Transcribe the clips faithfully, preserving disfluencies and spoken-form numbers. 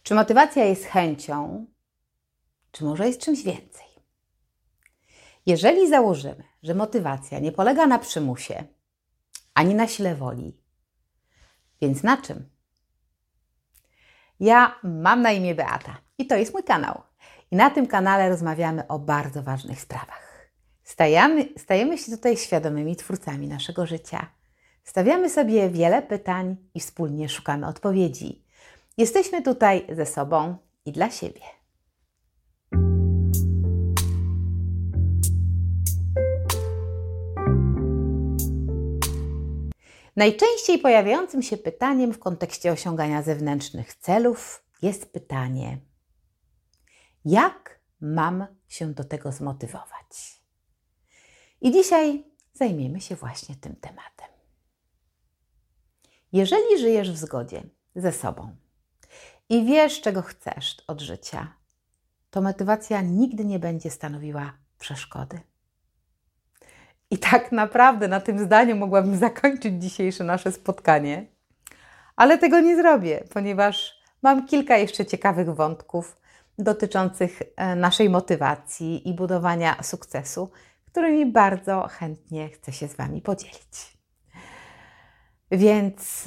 Czy motywacja jest chęcią, czy może jest czymś więcej? Jeżeli założymy, że motywacja nie polega na przymusie, ani na sile woli, więc na czym? Ja mam na imię Beata i to jest mój kanał. I na tym kanale rozmawiamy o bardzo ważnych sprawach. Stajemy, stajemy się tutaj świadomymi twórcami naszego życia. Stawiamy sobie wiele pytań i wspólnie szukamy odpowiedzi. Jesteśmy tutaj ze sobą i dla siebie. Najczęściej pojawiającym się pytaniem w kontekście osiągania zewnętrznych celów jest pytanie: jak mam się do tego zmotywować? I dzisiaj zajmiemy się właśnie tym tematem. Jeżeli żyjesz w zgodzie ze sobą i wiesz, czego chcesz od życia, to motywacja nigdy nie będzie stanowiła przeszkody. I tak naprawdę na tym zdaniu mogłabym zakończyć dzisiejsze nasze spotkanie, ale tego nie zrobię, ponieważ mam kilka jeszcze ciekawych wątków dotyczących naszej motywacji i budowania sukcesu, którymi bardzo chętnie chcę się z Wami podzielić. Więc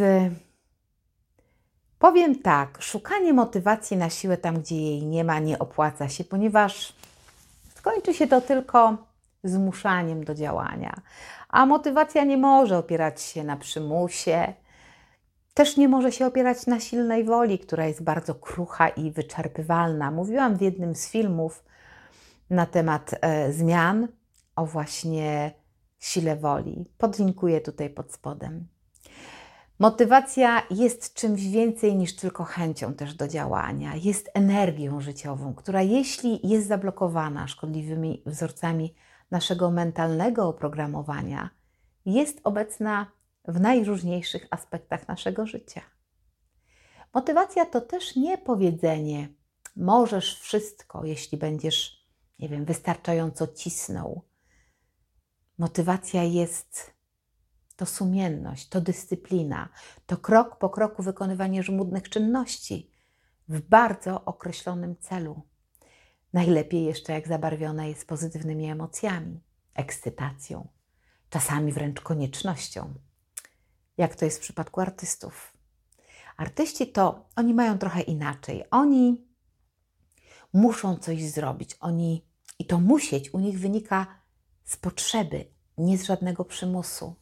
powiem tak, szukanie motywacji na siłę tam, gdzie jej nie ma, nie opłaca się, ponieważ skończy się to tylko zmuszaniem do działania. A motywacja nie może opierać się na przymusie, też nie może się opierać na silnej woli, która jest bardzo krucha i wyczerpywalna. Mówiłam w jednym z filmów na temat e, zmian o właśnie sile woli. Podlinkuję tutaj pod spodem. Motywacja jest czymś więcej niż tylko chęcią też do działania. Jest energią życiową, która jeśli jest zablokowana szkodliwymi wzorcami naszego mentalnego oprogramowania, jest obecna w najróżniejszych aspektach naszego życia. Motywacja to też nie powiedzenie: możesz wszystko, jeśli będziesz, nie wiem, wystarczająco cisnął. Motywacja jest to sumienność, to dyscyplina, to krok po kroku wykonywanie żmudnych czynności w bardzo określonym celu. Najlepiej jeszcze, jak zabarwione jest pozytywnymi emocjami, ekscytacją, czasami wręcz koniecznością. Jak to jest w przypadku artystów. Artyści to, oni mają trochę inaczej. Oni muszą coś zrobić. Oni, i to musieć u nich wynika z potrzeby, nie z żadnego przymusu.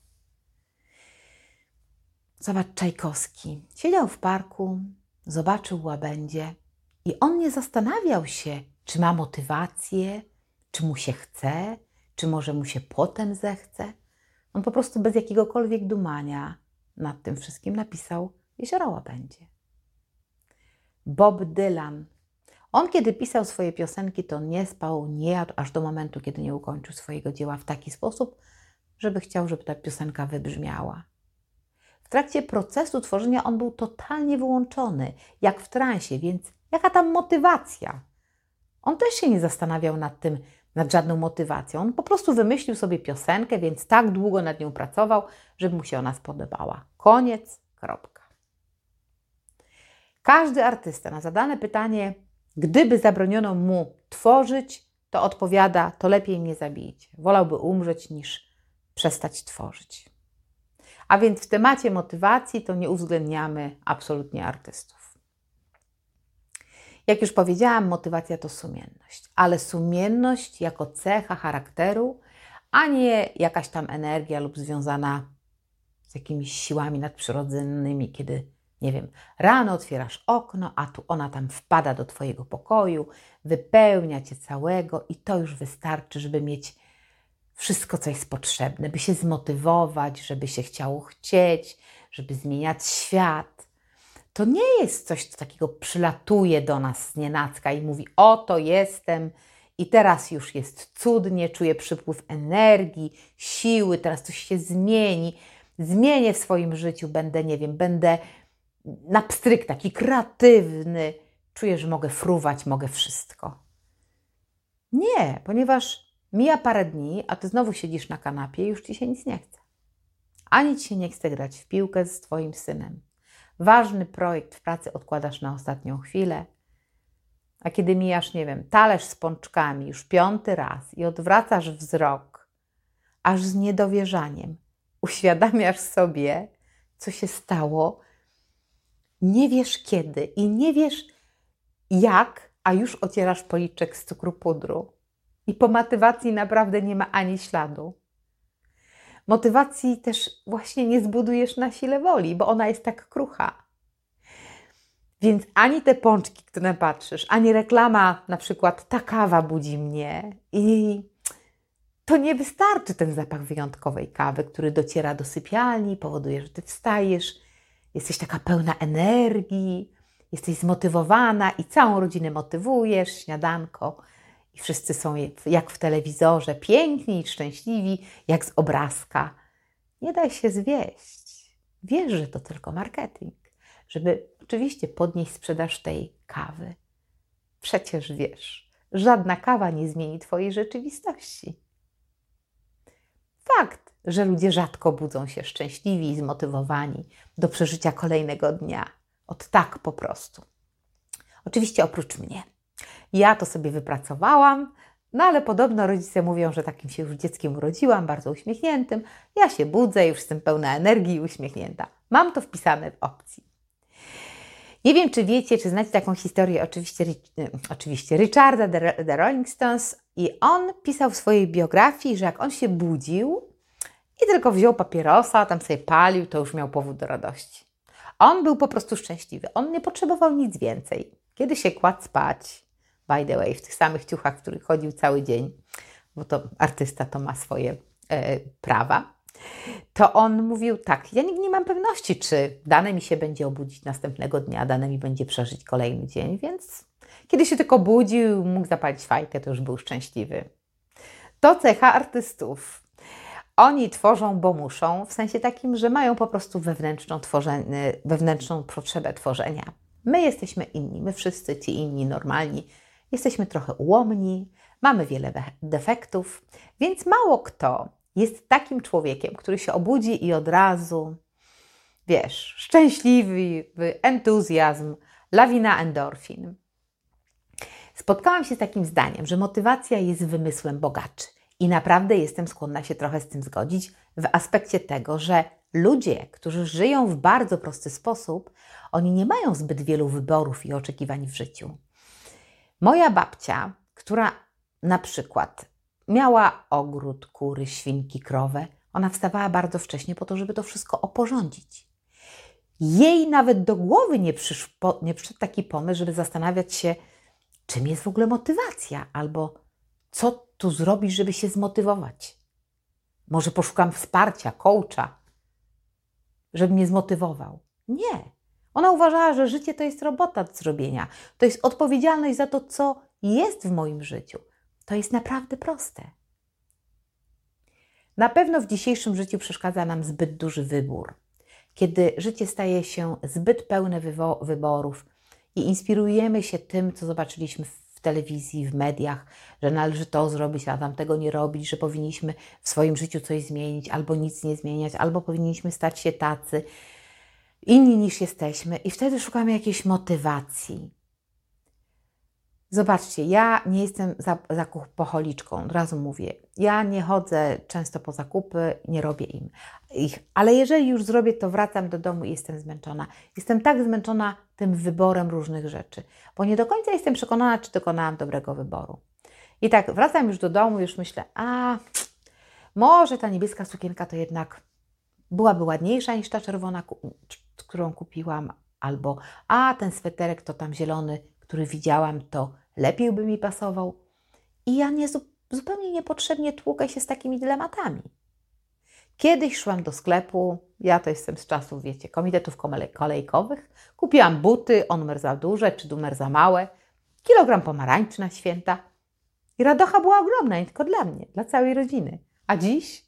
Zobacz, Czajkowski siedział w parku, zobaczył łabędzie i on nie zastanawiał się, czy ma motywację, czy mu się chce, czy może mu się potem zechce. On po prostu bez jakiegokolwiek dumania nad tym wszystkim napisał Jezioro Łabędzie. Bob Dylan. On, kiedy pisał swoje piosenki, to nie spał, nie jadł, aż do momentu, kiedy nie ukończył swojego dzieła w taki sposób, żeby chciał, żeby ta piosenka wybrzmiała. W trakcie procesu tworzenia on był totalnie wyłączony, jak w transie, więc jaka tam motywacja? On też się nie zastanawiał nad tym, nad żadną motywacją. On po prostu wymyślił sobie piosenkę, więc tak długo nad nią pracował, żeby mu się ona spodobała. Koniec, kropka. Każdy artysta na zadane pytanie, gdyby zabroniono mu tworzyć, to odpowiada: to lepiej mnie zabijcie. Wolałby umrzeć niż przestać tworzyć. A więc w temacie motywacji to nie uwzględniamy absolutnie artystów. Jak już powiedziałam, motywacja to sumienność, ale sumienność jako cecha charakteru, a nie jakaś tam energia lub związana z jakimiś siłami nadprzyrodzonymi, kiedy, nie wiem, rano otwierasz okno, a tu ona tam wpada do Twojego pokoju, wypełnia Cię całego i to już wystarczy, żeby mieć wszystko, co jest potrzebne, by się zmotywować, żeby się chciało chcieć, żeby zmieniać świat. To nie jest coś, co takiego przylatuje do nas znienacka i mówi: oto jestem i teraz już jest cudnie, czuję przypływ energii, siły, teraz coś się zmieni, zmienię w swoim życiu, będę, nie wiem, będę na pstryk taki kreatywny, czuję, że mogę fruwać, mogę wszystko. Nie, ponieważ mija parę dni, a Ty znowu siedzisz na kanapie i już Ci się nic nie chce. Ani Ci się nie chce grać w piłkę z Twoim synem, ważny projekt w pracy odkładasz na ostatnią chwilę, a kiedy mijasz, nie wiem, talerz z pączkami już piąty raz i odwracasz wzrok, aż z niedowierzaniem uświadamiasz sobie, co się stało, nie wiesz kiedy i nie wiesz jak, a już ocierasz policzek z cukru pudru. I po motywacji naprawdę nie ma ani śladu. Motywacji też właśnie nie zbudujesz na sile woli, bo ona jest tak krucha. Więc ani te pączki, które patrzysz, ani reklama, na przykład ta kawa budzi mnie. I to nie wystarczy ten zapach wyjątkowej kawy, który dociera do sypialni, powoduje, że ty wstajesz, jesteś taka pełna energii, jesteś zmotywowana i całą rodzinę motywujesz, śniadanko. I wszyscy są jak w telewizorze, piękni i szczęśliwi, jak z obrazka. Nie daj się zwieść. Wiesz, że to tylko marketing, żeby oczywiście podnieść sprzedaż tej kawy. Przecież wiesz, żadna kawa nie zmieni twojej rzeczywistości. Fakt, że ludzie rzadko budzą się szczęśliwi i zmotywowani do przeżycia kolejnego dnia. Od tak po prostu. Oczywiście oprócz mnie. Ja to sobie wypracowałam, no ale podobno rodzice mówią, że takim się już dzieckiem urodziłam, bardzo uśmiechniętym. Ja się budzę, już jestem pełna energii i uśmiechnięta. Mam to wpisane w opcji. Nie wiem, czy wiecie, czy znacie taką historię, oczywiście, oczywiście Richarda The, The Rolling Stones, i on pisał w swojej biografii, że jak on się budził i tylko wziął papierosa, tam sobie palił, to już miał powód do radości. On był po prostu szczęśliwy, on nie potrzebował nic więcej. Kiedy się kładł spać, by the way, w tych samych ciuchach, w których chodził cały dzień, bo to artysta to ma swoje e, prawa, to on mówił tak, ja nigdy nie mam pewności, czy dane mi się będzie obudzić następnego dnia, dane mi będzie przeżyć kolejny dzień, więc kiedy się tylko budził, mógł zapalić fajkę, to już był szczęśliwy. To cecha artystów. Oni tworzą, bo muszą, w sensie takim, że mają po prostu wewnętrzną, tworzenie, wewnętrzną potrzebę tworzenia. My jesteśmy inni, my wszyscy ci inni, normalni, jesteśmy trochę ułomni, mamy wiele defektów, więc mało kto jest takim człowiekiem, który się obudzi i od razu, wiesz, szczęśliwy, entuzjazm, lawina endorfin. Spotkałam się z takim zdaniem, że motywacja jest wymysłem bogaczy i naprawdę jestem skłonna się trochę z tym zgodzić w aspekcie tego, że ludzie, którzy żyją w bardzo prosty sposób, oni nie mają zbyt wielu wyborów i oczekiwań w życiu. Moja babcia, która na przykład miała ogród, kury, świnki, krowę, ona wstawała bardzo wcześnie po to, żeby to wszystko oporządzić. Jej nawet do głowy nie przyszło, nie przyszedł taki pomysł, żeby zastanawiać się, czym jest w ogóle motywacja, albo co tu zrobić, żeby się zmotywować. Może poszukam wsparcia, coacha, żeby mnie zmotywował. Nie. Ona uważała, że życie to jest robota do zrobienia. To jest odpowiedzialność za to, co jest w moim życiu. To jest naprawdę proste. Na pewno w dzisiejszym życiu przeszkadza nam zbyt duży wybór. Kiedy życie staje się zbyt pełne wywo- wyborów i inspirujemy się tym, co zobaczyliśmy w telewizji, w mediach, że należy to zrobić, a tamtego nie robić, że powinniśmy w swoim życiu coś zmienić, albo nic nie zmieniać, albo powinniśmy stać się tacy, inni niż jesteśmy i wtedy szukamy jakiejś motywacji. Zobaczcie, ja nie jestem zakupoholiczką, od razu mówię. Ja nie chodzę często po zakupy, nie robię im ich, ale jeżeli już zrobię, to wracam do domu i jestem zmęczona. Jestem tak zmęczona tym wyborem różnych rzeczy, bo nie do końca jestem przekonana, czy dokonałam dobrego wyboru. I tak wracam już do domu, już myślę, a może ta niebieska sukienka to jednak byłaby ładniejsza niż ta czerwona, którą kupiłam, albo a ten sweterek to tam zielony, który widziałam, to lepiej by mi pasował. I ja nie, zupełnie niepotrzebnie tłukę się z takimi dylematami. Kiedyś szłam do sklepu, ja to jestem z czasów, wiecie, komitetów kolejkowych, kupiłam buty o numer za duże czy numer za małe, kilogram pomarańczy na święta. I radocha była ogromna, nie tylko dla mnie, dla całej rodziny. A dziś?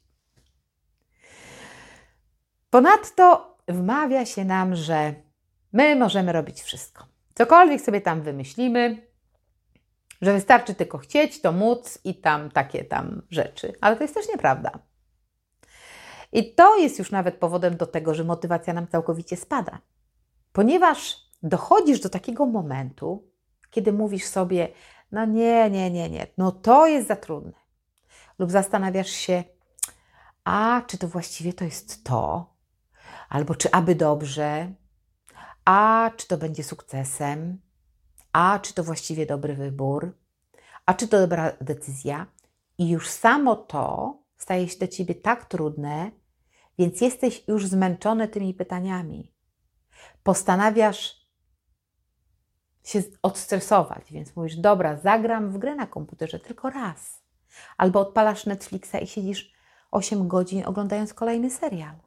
Ponadto wmawia się nam, że my możemy robić wszystko. Cokolwiek sobie tam wymyślimy, że wystarczy tylko chcieć, to móc i tam takie tam rzeczy. Ale to jest też nieprawda. I to jest już nawet powodem do tego, że motywacja nam całkowicie spada. Ponieważ dochodzisz do takiego momentu, kiedy mówisz sobie, no nie, nie, nie, nie, no to jest za trudne. Lub zastanawiasz się, a czy to właściwie to jest to? Albo czy aby dobrze? A czy to będzie sukcesem? A czy to właściwie dobry wybór? A czy to dobra decyzja? I już samo to staje się dla Ciebie tak trudne, więc jesteś już zmęczony tymi pytaniami. Postanawiasz się odstresować, więc mówisz, dobra, zagram w grę na komputerze tylko raz. Albo odpalasz Netflixa i siedzisz osiem godzin oglądając kolejny serial.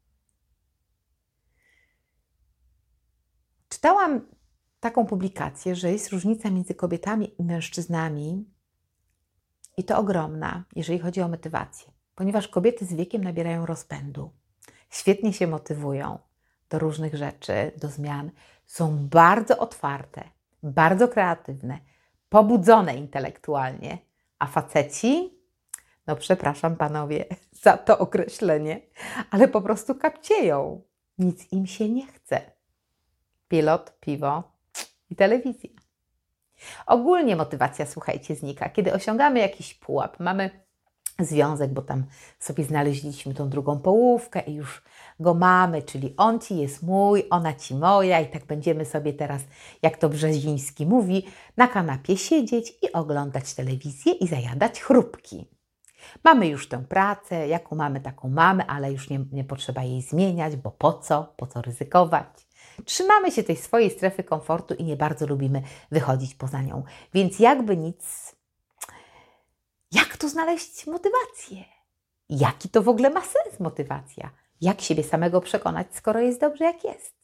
Czytałam taką publikację, że jest różnica między kobietami i mężczyznami i to ogromna, jeżeli chodzi o motywację. Ponieważ kobiety z wiekiem nabierają rozpędu, świetnie się motywują do różnych rzeczy, do zmian, są bardzo otwarte, bardzo kreatywne, pobudzone intelektualnie, a faceci, no przepraszam panowie za to określenie, ale po prostu kapcieją, nic im się nie chce. Pilot, piwo i telewizja. Ogólnie motywacja, słuchajcie, znika. Kiedy osiągamy jakiś pułap, mamy związek, bo tam sobie znaleźliśmy tą drugą połówkę i już go mamy, czyli on Ci jest mój, ona Ci moja i tak będziemy sobie teraz, jak to Brzeziński mówi, na kanapie siedzieć i oglądać telewizję i zajadać chrupki. Mamy już tę pracę, jaką mamy, taką mamy, ale już nie, nie potrzeba jej zmieniać, bo po co? Po co ryzykować? Trzymamy się tej swojej strefy komfortu i nie bardzo lubimy wychodzić poza nią. Więc jakby nic, jak tu znaleźć motywację? Jaki to w ogóle ma sens motywacja? Jak siebie samego przekonać, skoro jest dobrze, jak jest?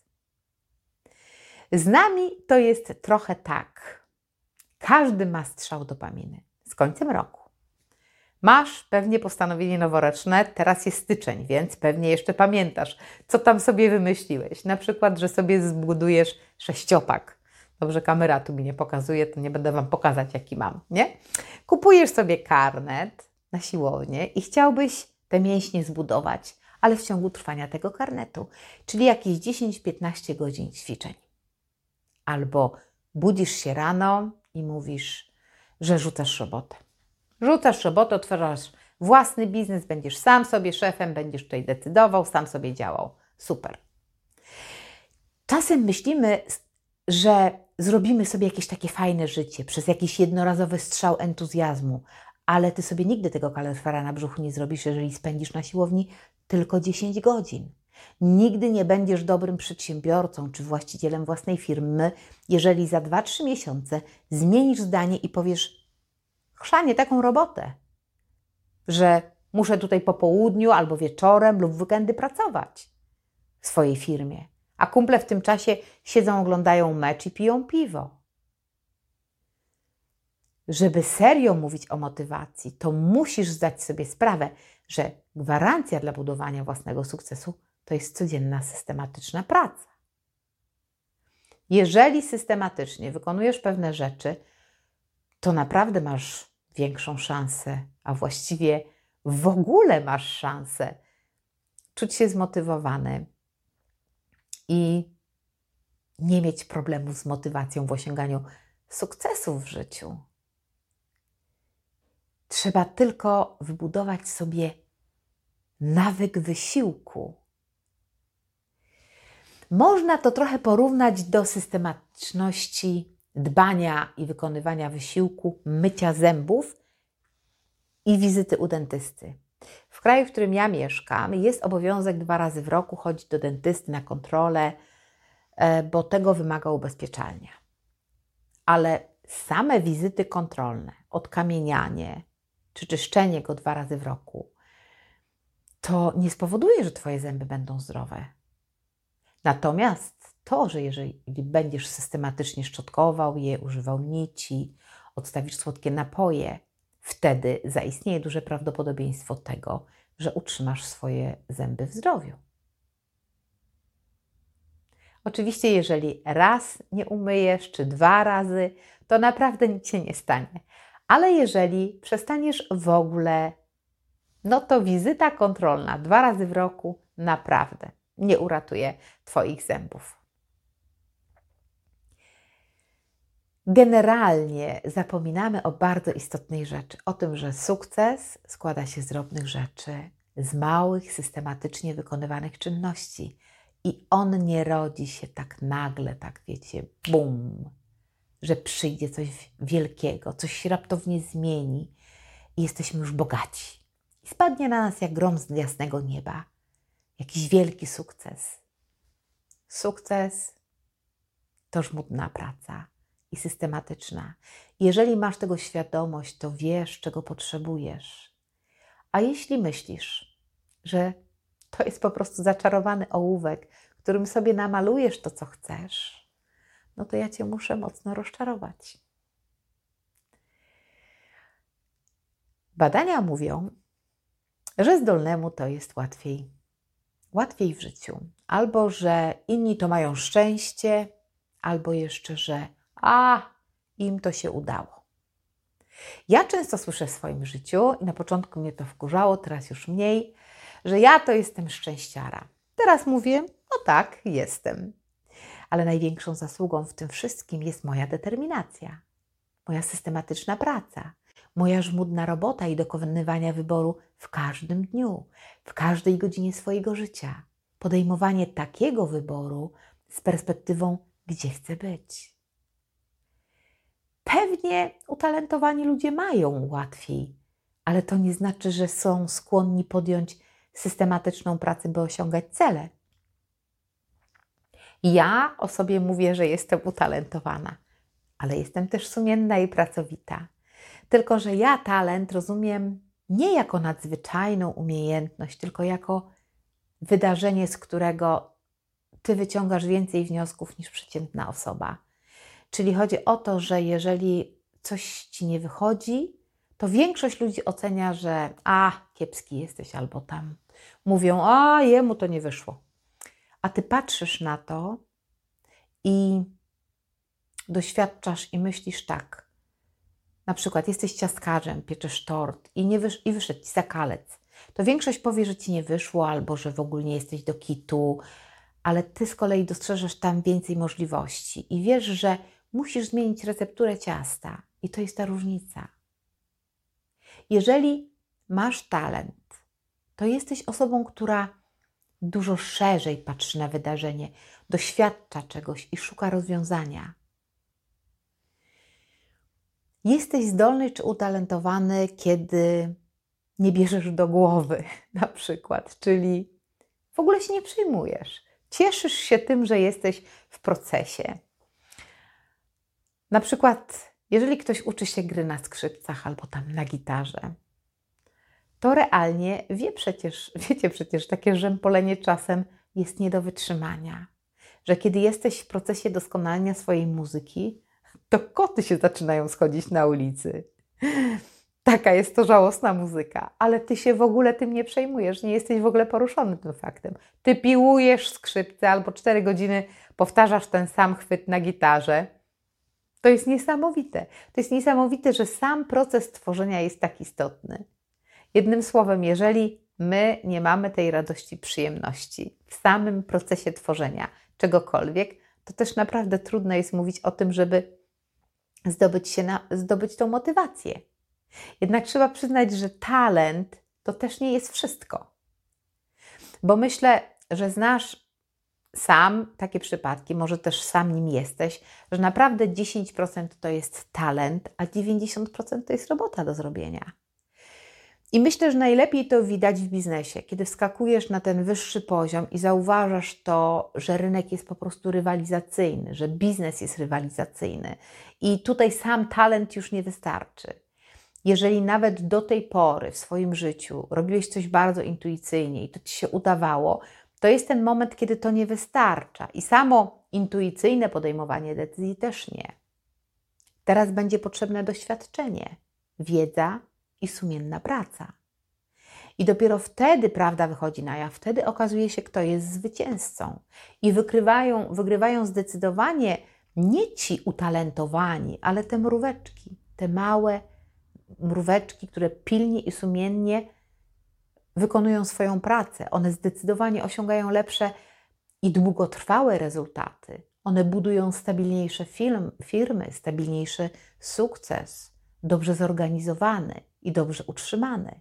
Z nami to jest trochę tak. Każdy ma strzał dopaminy z końcem roku. Masz pewnie postanowienie noworoczne, teraz jest styczeń, więc pewnie jeszcze pamiętasz, co tam sobie wymyśliłeś. Na przykład, że sobie zbudujesz sześciopak. Dobrze, kamera tu mi nie pokazuje, to nie będę Wam pokazać, jaki mam, nie? Kupujesz sobie karnet na siłownię i chciałbyś te mięśnie zbudować, ale w ciągu trwania tego karnetu, czyli jakieś dziesięć do piętnastu godzin ćwiczeń. Albo budzisz się rano i mówisz, że rzucasz robotę. Rzucasz robotę, otwierasz własny biznes, będziesz sam sobie szefem, będziesz tutaj decydował, sam sobie działał. Super. Czasem myślimy, że zrobimy sobie jakieś takie fajne życie przez jakiś jednorazowy strzał entuzjazmu, ale Ty sobie nigdy tego kaloryfera na brzuchu nie zrobisz, jeżeli spędzisz na siłowni tylko dziesięć godzin. Nigdy nie będziesz dobrym przedsiębiorcą czy właścicielem własnej firmy, jeżeli za dwa trzy miesiące zmienisz zdanie i powiesz, chrzanie taką robotę, że muszę tutaj po południu albo wieczorem lub w weekendy pracować w swojej firmie, a kumple w tym czasie siedzą, oglądają mecz i piją piwo. Żeby serio mówić o motywacji, to musisz zdać sobie sprawę, że gwarancja dla budowania własnego sukcesu to jest codzienna, systematyczna praca. Jeżeli systematycznie wykonujesz pewne rzeczy, to naprawdę masz większą szansę, a właściwie w ogóle masz szansę czuć się zmotywowany i nie mieć problemów z motywacją w osiąganiu sukcesów w życiu. Trzeba tylko wybudować sobie nawyk wysiłku. Można to trochę porównać do systematyczności dbania i wykonywania wysiłku, mycia zębów i wizyty u dentysty. W kraju, w którym ja mieszkam, jest obowiązek dwa razy w roku chodzić do dentysty na kontrolę, bo tego wymaga ubezpieczalnia. Ale same wizyty kontrolne, odkamienianie czy czyszczenie go dwa razy w roku, to nie spowoduje, że Twoje zęby będą zdrowe. Natomiast to, że jeżeli będziesz systematycznie szczotkował je, używał nici, odstawisz słodkie napoje, wtedy zaistnieje duże prawdopodobieństwo tego, że utrzymasz swoje zęby w zdrowiu. Oczywiście, jeżeli raz nie umyjesz, czy dwa razy, to naprawdę nic się nie stanie. Ale jeżeli przestaniesz w ogóle, no to wizyta kontrolna dwa razy w roku naprawdę nie uratuje Twoich zębów. generalnie zapominamy o bardzo istotnej rzeczy, o tym, że sukces składa się z drobnych rzeczy, z małych, systematycznie wykonywanych czynności i on nie rodzi się tak nagle, tak wiecie, bum, że przyjdzie coś wielkiego, coś się raptownie zmieni i jesteśmy już bogaci. I spadnie na nas jak grom z jasnego nieba. Jakiś wielki sukces. Sukces to żmudna praca i systematyczna. Jeżeli masz tego świadomość, to wiesz, czego potrzebujesz. A jeśli myślisz, że to jest po prostu zaczarowany ołówek, którym sobie namalujesz to, co chcesz, no to ja Cię muszę mocno rozczarować. Badania mówią, że zdolnemu to jest łatwiej. Łatwiej w życiu. Albo, że inni to mają szczęście, albo jeszcze, że a, im to się udało. Ja często słyszę w swoim życiu, i na początku mnie to wkurzało, teraz już mniej, że ja to jestem szczęściara. Teraz mówię, no tak, jestem. Ale największą zasługą w tym wszystkim jest moja determinacja, moja systematyczna praca, moja żmudna robota i dokonywania wyboru w każdym dniu, w każdej godzinie swojego życia. Podejmowanie takiego wyboru z perspektywą, gdzie chcę być. Pewnie utalentowani ludzie mają łatwiej, ale to nie znaczy, że są skłonni podjąć systematyczną pracę, by osiągać cele. Ja o sobie mówię, że jestem utalentowana, ale jestem też sumienna i pracowita. Tylko że ja talent rozumiem nie jako nadzwyczajną umiejętność, tylko jako wydarzenie, z którego Ty wyciągasz więcej wniosków niż przeciętna osoba. Czyli chodzi o to, że jeżeli coś Ci nie wychodzi, to większość ludzi ocenia, że a, kiepski jesteś albo tam. Mówią, a, jemu to nie wyszło. A Ty patrzysz na to i doświadczasz i myślisz tak. Na przykład jesteś ciastkarzem, pieczesz tort i, nie wysz- i wyszedł Ci zakalec. To większość powie, że Ci nie wyszło albo że w ogóle nie jesteś do kitu, ale Ty z kolei dostrzeżesz tam więcej możliwości i wiesz, że musisz zmienić recepturę ciasta i to jest ta różnica. Jeżeli masz talent, to jesteś osobą, która dużo szerzej patrzy na wydarzenie, doświadcza czegoś i szuka rozwiązania. Jesteś zdolny czy utalentowany, kiedy nie bierzesz do głowy, na przykład, czyli w ogóle się nie przejmujesz. Cieszysz się tym, że jesteś w procesie. Na przykład, jeżeli ktoś uczy się gry na skrzypcach albo tam na gitarze, to realnie wie przecież, wiecie przecież, takie rzępolenie czasem jest nie do wytrzymania. Że kiedy jesteś w procesie doskonalenia swojej muzyki, to koty się zaczynają schodzić na ulicy. Taka jest to żałosna muzyka, ale Ty się w ogóle tym nie przejmujesz, nie jesteś w ogóle poruszony tym faktem. Ty piłujesz skrzypce albo cztery godziny powtarzasz ten sam chwyt na gitarze. To jest niesamowite. To jest niesamowite, że sam proces tworzenia jest tak istotny. Jednym słowem, jeżeli my nie mamy tej radości, przyjemności w samym procesie tworzenia czegokolwiek, to też naprawdę trudno jest mówić o tym, żeby zdobyć, się na, zdobyć tą motywację. Jednak trzeba przyznać, że talent to też nie jest wszystko. Bo myślę, że znasz sam takie przypadki, może też sam nim jesteś, że naprawdę dziesięć procent to jest talent, a dziewięćdziesiąt procent to jest robota do zrobienia. I myślę, że najlepiej to widać w biznesie, kiedy wskakujesz na ten wyższy poziom i zauważasz to, że rynek jest po prostu rywalizacyjny, że biznes jest rywalizacyjny i tutaj sam talent już nie wystarczy. Jeżeli nawet do tej pory w swoim życiu robiłeś coś bardzo intuicyjnie i to Ci się udawało, to jest ten moment, kiedy to nie wystarcza i samo intuicyjne podejmowanie decyzji też nie. Teraz będzie potrzebne doświadczenie, wiedza i sumienna praca. I dopiero wtedy prawda wychodzi na jaw, wtedy okazuje się, kto jest zwycięzcą. I wygrywają, wygrywają zdecydowanie nie ci utalentowani, ale te mróweczki, te małe mróweczki, które pilnie i sumiennie wykonują swoją pracę. One zdecydowanie osiągają lepsze i długotrwałe rezultaty One budują stabilniejsze film, firmy, stabilniejszy sukces, dobrze zorganizowany i dobrze utrzymany.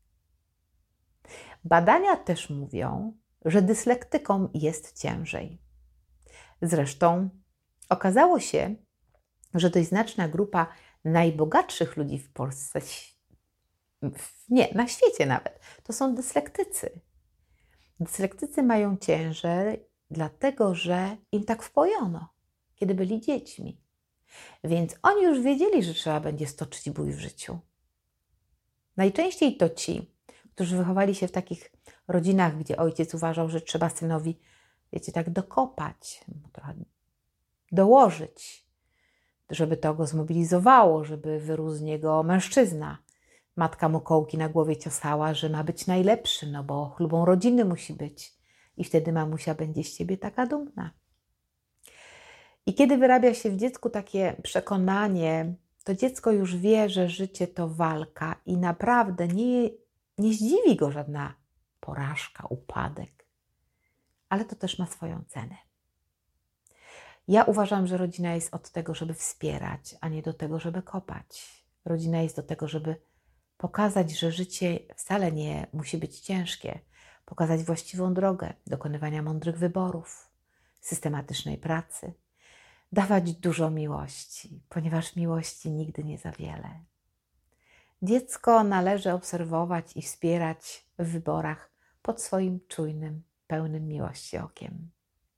Badania też mówią, że dyslektykom jest ciężej. Zresztą okazało się, że dość znaczna grupa najbogatszych ludzi w Polsce, nie, na świecie nawet, to są dyslektycy. Dyslektycy mają ciężej, dlatego że im tak wpojono, kiedy byli dziećmi. Więc oni już wiedzieli, że trzeba będzie stoczyć bój w życiu. Najczęściej to ci, którzy wychowali się w takich rodzinach, gdzie ojciec uważał, że trzeba synowi, wiecie, tak dokopać, trochę dołożyć, żeby to go zmobilizowało, żeby wyrósł z niego mężczyzna. Matka mu kołki na głowie ciosała, że ma być najlepszy, no bo chlubą rodziny musi być. I wtedy mamusia będzie z ciebie taka dumna. I kiedy wyrabia się w dziecku takie przekonanie, to dziecko już wie, że życie to walka i naprawdę nie, nie zdziwi go żadna porażka, upadek. Ale to też ma swoją cenę. Ja uważam, że rodzina jest od tego, żeby wspierać, a nie do tego, żeby kopać. Rodzina jest do tego, żeby pokazać, że życie wcale nie musi być ciężkie, pokazać właściwą drogę dokonywania mądrych wyborów, systematycznej pracy, dawać dużo miłości, ponieważ miłości nigdy nie za wiele. Dziecko należy obserwować i wspierać w wyborach pod swoim czujnym, pełnym miłości okiem.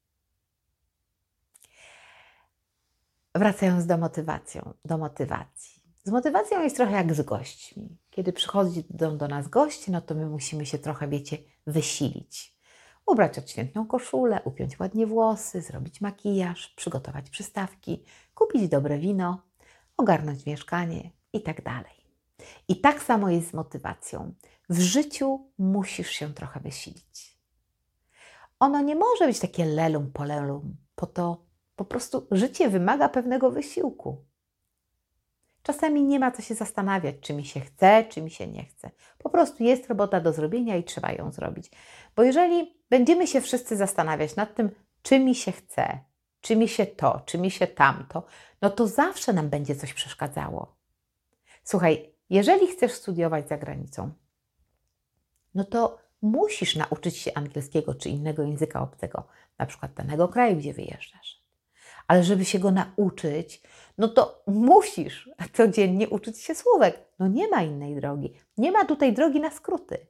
Wracając do motywacją, do motywacji. Z motywacją jest trochę jak z gośćmi. Kiedy przychodzi do, do nas gość, no to my musimy się trochę, wiecie, wysilić. Ubrać odświętną koszulę, upiąć ładnie włosy, zrobić makijaż, przygotować przystawki, kupić dobre wino, ogarnąć mieszkanie i tak dalej. I tak samo jest z motywacją. W życiu musisz się trochę wysilić. Ono nie może być takie lelum polelum, po to po prostu życie wymaga pewnego wysiłku. Czasami nie ma co się zastanawiać, czy mi się chce, czy mi się nie chce. Po prostu jest robota do zrobienia i trzeba ją zrobić. Bo jeżeli będziemy się wszyscy zastanawiać nad tym, czy mi się chce, czy mi się to, czy mi się tamto, no to zawsze nam będzie coś przeszkadzało. Słuchaj, jeżeli chcesz studiować za granicą, no to musisz nauczyć się angielskiego czy innego języka obcego, na przykład danego kraju, gdzie wyjeżdżasz. Ale żeby się go nauczyć, no to musisz codziennie uczyć się słówek. No nie ma innej drogi. Nie ma tutaj drogi na skróty.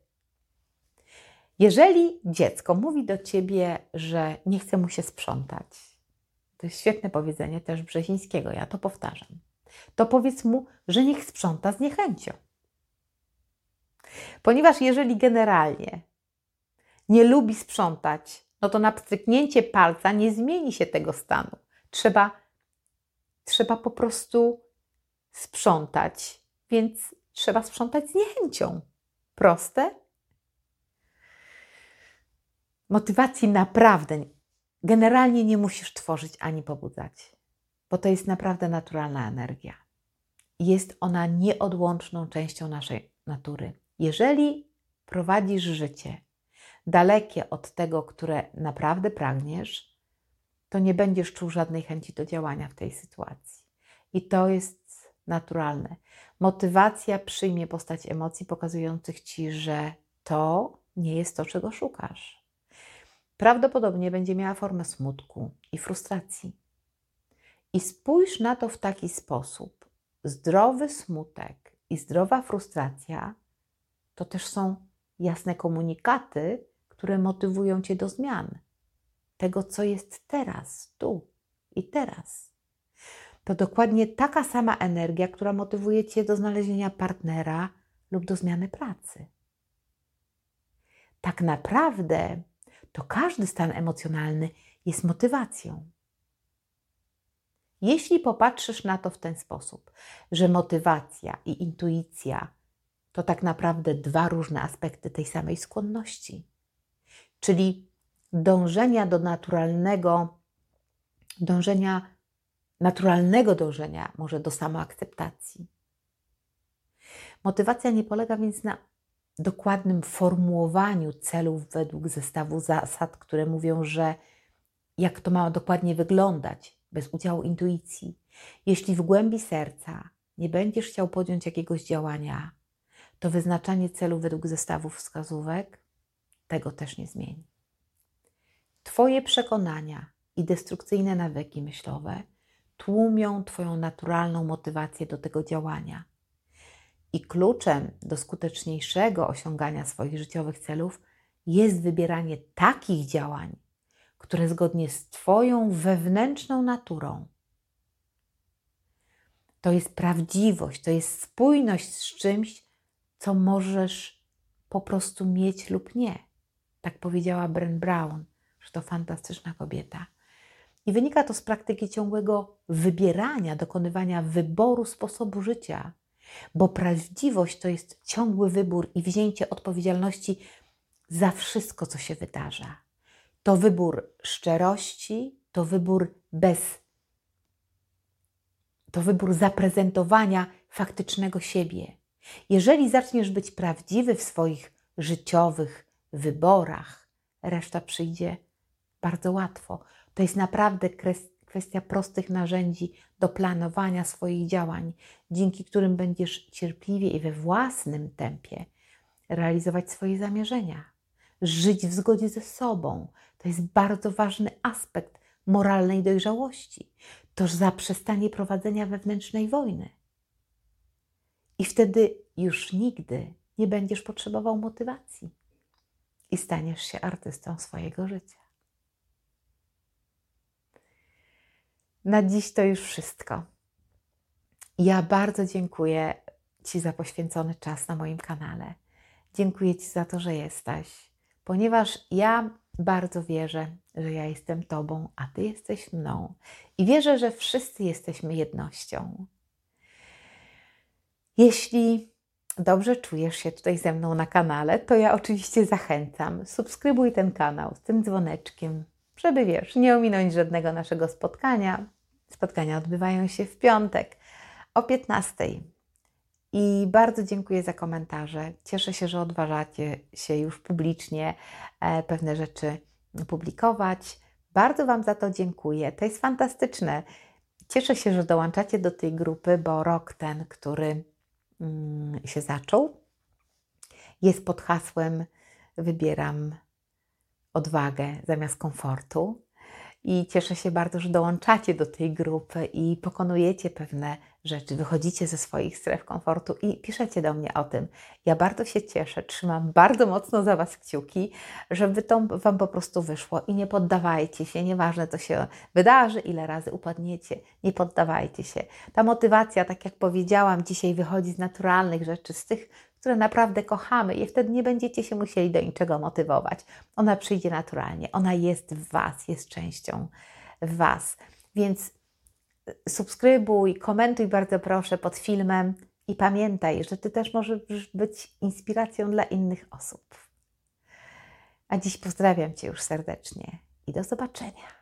Jeżeli dziecko mówi do ciebie, że nie chce mu się sprzątać, to jest świetne powiedzenie też Brzezińskiego, ja to powtarzam, to powiedz mu, że niech sprząta z niechęcią. Ponieważ jeżeli generalnie nie lubi sprzątać, no to na pstryknięcie palca nie zmieni się tego stanu. Trzeba, trzeba po prostu sprzątać, więc trzeba sprzątać z niechęcią. Proste? Motywacji naprawdę generalnie nie musisz tworzyć ani pobudzać, bo to jest naprawdę naturalna energia. Jest ona nieodłączną częścią naszej natury. Jeżeli prowadzisz życie dalekie od tego, które naprawdę pragniesz, to nie będziesz czuł żadnej chęci do działania w tej sytuacji. I to jest naturalne. Motywacja przyjmie postać emocji pokazujących Ci, że to nie jest to, czego szukasz. Prawdopodobnie będzie miała formę smutku i frustracji. I spójrz na to w taki sposób. Zdrowy smutek i zdrowa frustracja to też są jasne komunikaty, które motywują Cię do zmian. Tego, co jest teraz, tu i teraz. To dokładnie taka sama energia, która motywuje Cię do znalezienia partnera lub do zmiany pracy. Tak naprawdę to każdy stan emocjonalny jest motywacją. Jeśli popatrzysz na to w ten sposób, że motywacja i intuicja to tak naprawdę dwa różne aspekty tej samej skłonności, czyli dążenia do naturalnego, dążenia, naturalnego dążenia może do samoakceptacji. Motywacja nie polega więc na dokładnym formułowaniu celów według zestawu zasad, które mówią, że jak to ma dokładnie wyglądać, bez udziału intuicji. Jeśli w głębi serca nie będziesz chciał podjąć jakiegoś działania, to wyznaczanie celu według zestawów wskazówek tego też nie zmieni. Twoje przekonania i destrukcyjne nawyki myślowe tłumią Twoją naturalną motywację do tego działania. I kluczem do skuteczniejszego osiągania swoich życiowych celów jest wybieranie takich działań, które zgodnie z Twoją wewnętrzną naturą. To jest prawdziwość, to jest spójność z czymś, co możesz po prostu mieć lub nie. Tak powiedziała Brené Brown, że to fantastyczna kobieta. I wynika to z praktyki ciągłego wybierania, dokonywania wyboru sposobu życia, bo prawdziwość to jest ciągły wybór i wzięcie odpowiedzialności za wszystko, co się wydarza. To wybór szczerości, to wybór bez, to wybór zaprezentowania faktycznego siebie. Jeżeli zaczniesz być prawdziwy w swoich życiowych wyborach, reszta przyjdzie bardzo łatwo. To jest naprawdę kwestia prostych narzędzi do planowania swoich działań, dzięki którym będziesz cierpliwie i we własnym tempie realizować swoje zamierzenia. Żyć w zgodzie ze sobą. To jest bardzo ważny aspekt moralnej dojrzałości. To zaprzestanie prowadzenia wewnętrznej wojny. I wtedy już nigdy nie będziesz potrzebował motywacji i staniesz się artystą swojego życia. Na dziś to już wszystko. Ja bardzo dziękuję Ci za poświęcony czas na moim kanale. Dziękuję Ci za to, że jesteś, ponieważ ja bardzo wierzę, że ja jestem Tobą, a Ty jesteś mną. I wierzę, że wszyscy jesteśmy jednością. Jeśli dobrze czujesz się tutaj ze mną na kanale, to ja oczywiście zachęcam. Subskrybuj ten kanał z tym dzwoneczkiem, żeby wiesz, nie ominąć żadnego naszego spotkania. Spotkania odbywają się w piątek o piętnastej. I bardzo dziękuję za komentarze. Cieszę się, że odważacie się już publicznie pewne rzeczy publikować. Bardzo Wam za to dziękuję. To jest fantastyczne. Cieszę się, że dołączacie do tej grupy, bo rok ten, który mm, się zaczął, jest pod hasłem Wybieram odwagę zamiast komfortu. I cieszę się bardzo, że dołączacie do tej grupy i pokonujecie pewne rzeczy, wychodzicie ze swoich stref komfortu i piszecie do mnie o tym. Ja bardzo się cieszę, trzymam bardzo mocno za Was kciuki, żeby to Wam po prostu wyszło i nie poddawajcie się, nieważne co się wydarzy, ile razy upadniecie, nie poddawajcie się. Ta motywacja, tak jak powiedziałam, dzisiaj wychodzi z naturalnych rzeczy, z tych, które naprawdę kochamy i wtedy nie będziecie się musieli do niczego motywować. Ona przyjdzie naturalnie, ona jest w Was, jest częścią Was. Więc subskrybuj, komentuj bardzo proszę pod filmem i pamiętaj, że Ty też możesz być inspiracją dla innych osób. A dziś pozdrawiam Cię już serdecznie i do zobaczenia.